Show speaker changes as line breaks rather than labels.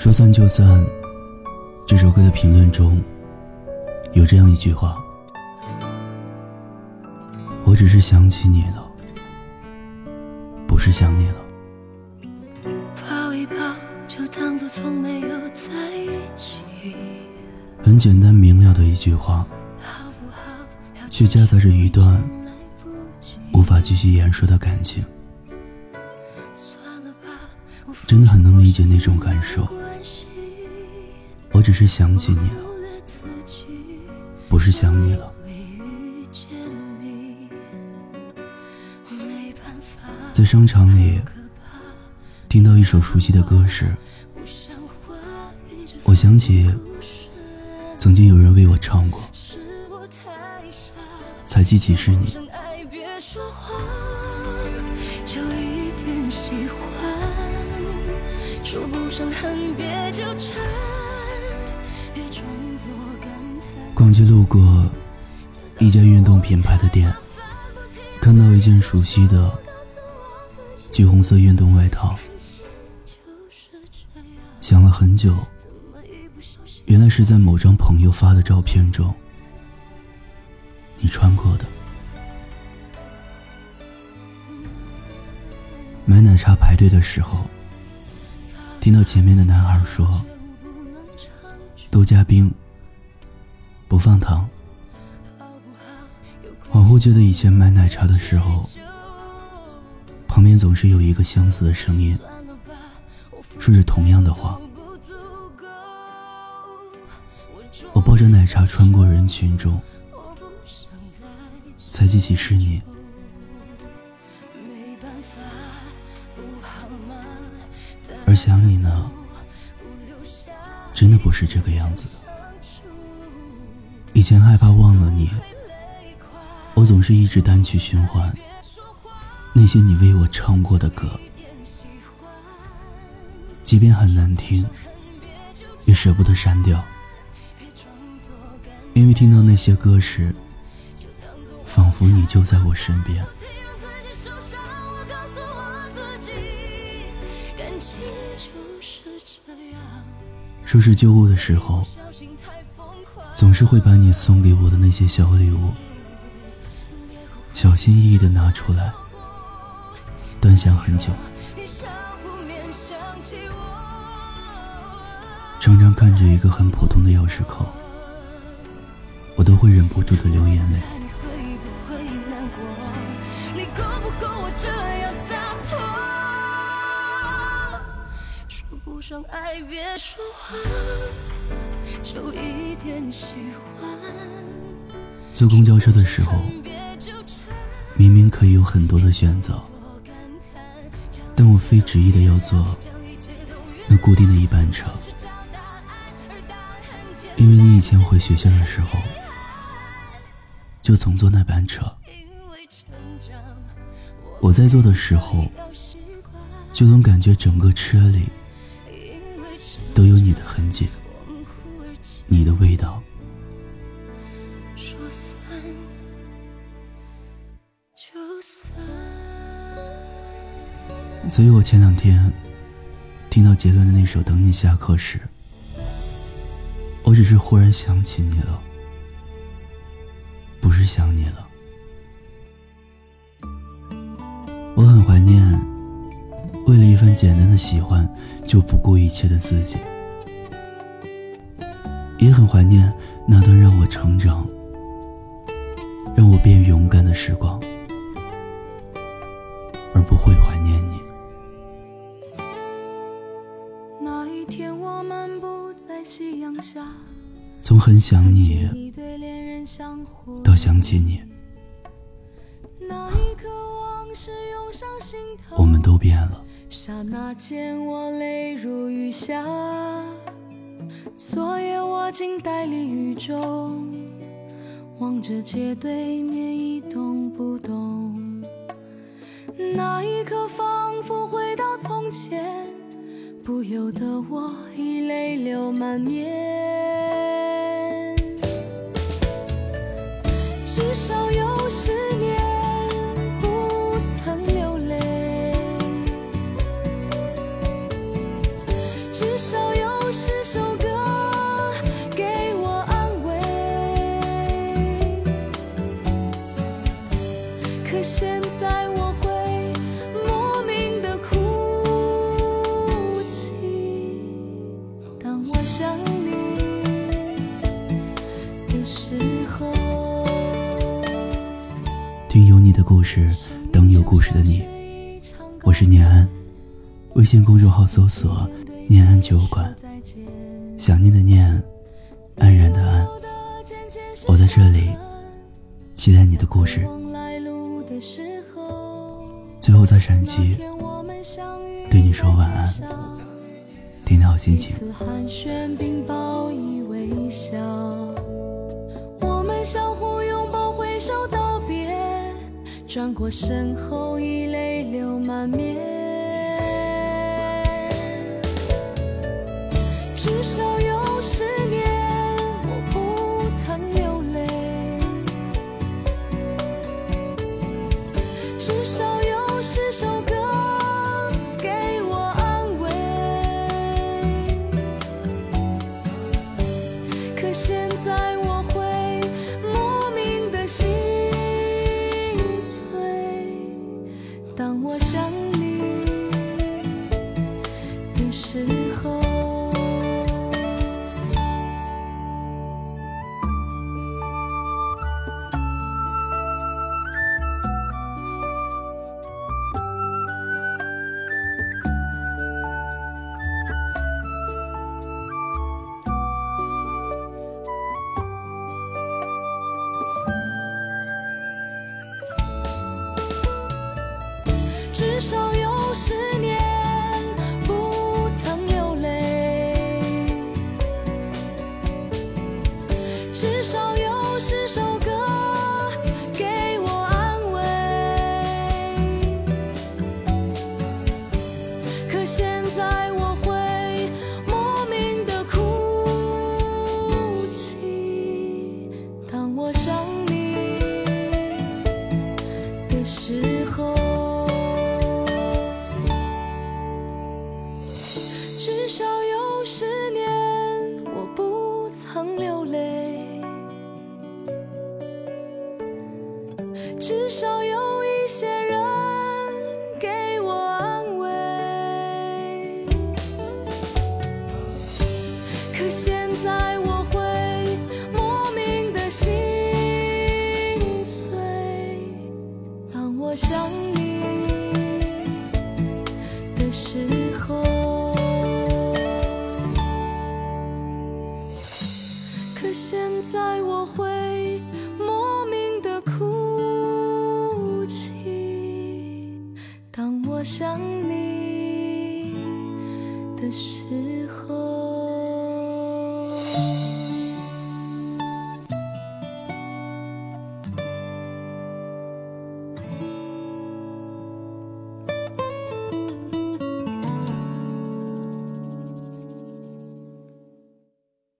说算就算这首歌的评论中有这样一句话：我只是想起你了，不是想你了。
抱一抱就当作从没有在一起，
很简单明了的一句话，却夹杂着一段无法继续言说的感情。真的很能理解那种感受。我只是想起你了，不是想你了。在商场里听到一首熟悉的歌时，我想起曾经有人为我唱过，才记起是你。说不上恨别纠缠，别装作感叹。逛街路过一家运动品牌的店，看到一件熟悉的橘红色运动外套，想了很久，原来是在某张朋友发的照片中你穿过的。买奶茶排队的时候，听到前面的男孩说都加冰不放糖，恍惚觉得以前买奶茶的时候，旁边总是有一个相似的声音说着同样的话。我抱着奶茶穿过人群中，才记起是你。而想你呢，真的不是这个样子的。以前害怕忘了你，我总是一直单曲循环那些你为我唱过的歌，即便很难听，也舍不得删掉，因为听到那些歌时，仿佛你就在我身边。收拾旧物的时候，总是会把你送给我的那些小礼物小心翼翼地拿出来，端详很久，常常看着一个很普通的钥匙扣，我都会忍不住地流眼泪。说爱别说话，就一点喜欢。坐公交车的时候，明明可以有很多的选择，但我非执意的要坐那固定的一班车，因为你以前回学校的时候就总坐那班车。我在坐的时候，就总感觉整个车里都有你的痕迹，你的味道。所以我前两天听到杰伦的那首《等你下课》时，我只是忽然想起你了，不是想你了。我很怀念为了一份简单的喜欢就不顾一切的自己，也很怀念那段让我成长让我变勇敢的时光，而不会怀念你。那一天我漫步在夕阳下，从很想你到想起你，那一刻往事涌上心头，我们都变了。刹那间我泪如雨下，昨夜我静待丽雨中，望着街对面一动不动，那一刻仿佛回到从前，不由得我已泪流满面。至少有10年不曾流泪，至少有故事，等有故事的你。我是念安，微信公众号搜索念安酒馆，想念的念，安然的安。我在这里期待你的故事。最后在陕西对你说晚安，天天好心情。
我们相互拥抱，挥手道别，转过身后已泪流满面。至少有10年我不曾流泪，至少有10首歌给我安慰。可现在我会莫名的心碎，当我想你的时候。至少有10年不曾流泪，至少有10首歌给我安慰。可现在我会莫名的哭泣，当我想你的时候。至少有10年我不曾流泪，至少有一些人给我安慰。可现在我会莫名的心碎，当我想你的时候。可现在我会莫名的哭泣，当我想你的时候。